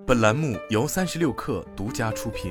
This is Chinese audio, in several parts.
本栏目由36氪独家出品。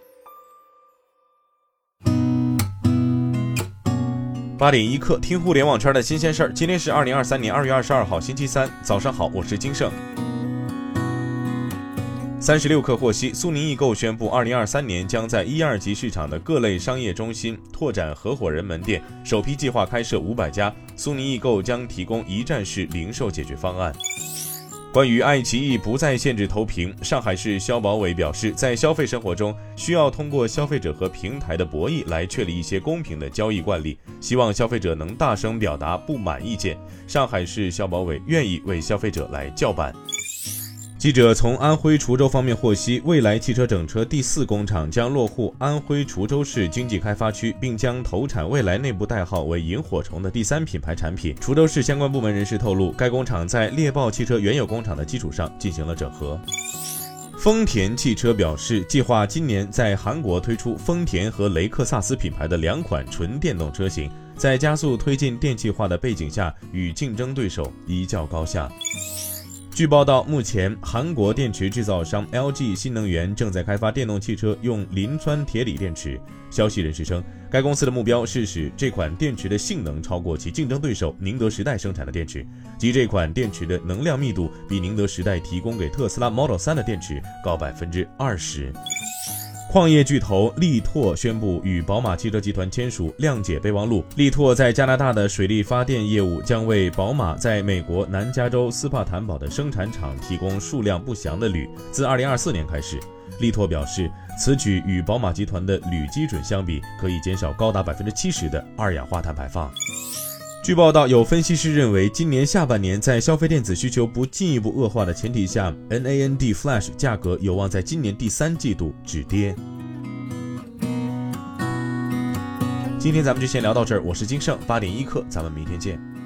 8.1克，听互联网圈的新鲜事儿。今天是2023年2月22号，星期三，早上好，我是金盛。36氪获悉，苏宁易购宣布，2023年将在1、2级市场的各类商业中心拓展合伙人门店，首批计划开设500家。苏宁易购将提供一站式零售解决方案。关于爱奇艺不再限制投屏，上海市消保委表示，在消费生活中需要通过消费者和平台的博弈来确立一些公平的交易惯例，希望消费者能大声表达不满意见。上海市消保委愿意为消费者来叫板。记者从安徽滁州方面获悉，蔚来汽车整车第4工厂将落户安徽滁州市经济开发区，并将投产蔚来内部代号为萤火虫的第3品牌产品。滁州市相关部门人士透露，该工厂在猎豹汽车原有工厂的基础上进行了整合。丰田汽车表示，计划今年在韩国推出丰田和雷克萨斯品牌的2款纯电动车型，在加速推进电气化的背景下，与竞争对手一较高下。据报道，目前韩国电池制造商 LG 新能源正在开发电动汽车用磷酸铁锂电池。消息人士称，该公司的目标是使这款电池的性能超过其竞争对手宁德时代生产的电池，即这款电池的能量密度比宁德时代提供给特斯拉 Model 3的电池高20%。矿业巨头力拓宣布与宝马汽车集团签署谅解备忘录。力拓在加拿大的水力发电业务将为宝马在美国南加州斯帕坦堡的生产厂提供数量不详的铝。自2024年开始，力拓表示，此举与宝马集团的铝基准相比，可以减少高达70%的二氧化碳排放。据报道，有分析师认为，今年下半年在消费电子需求不进一步恶化的前提下， NAND Flash 价格有望在今年第3季度止跌。今天咱们就先聊到这儿，我是金盛，8.1克，咱们明天见。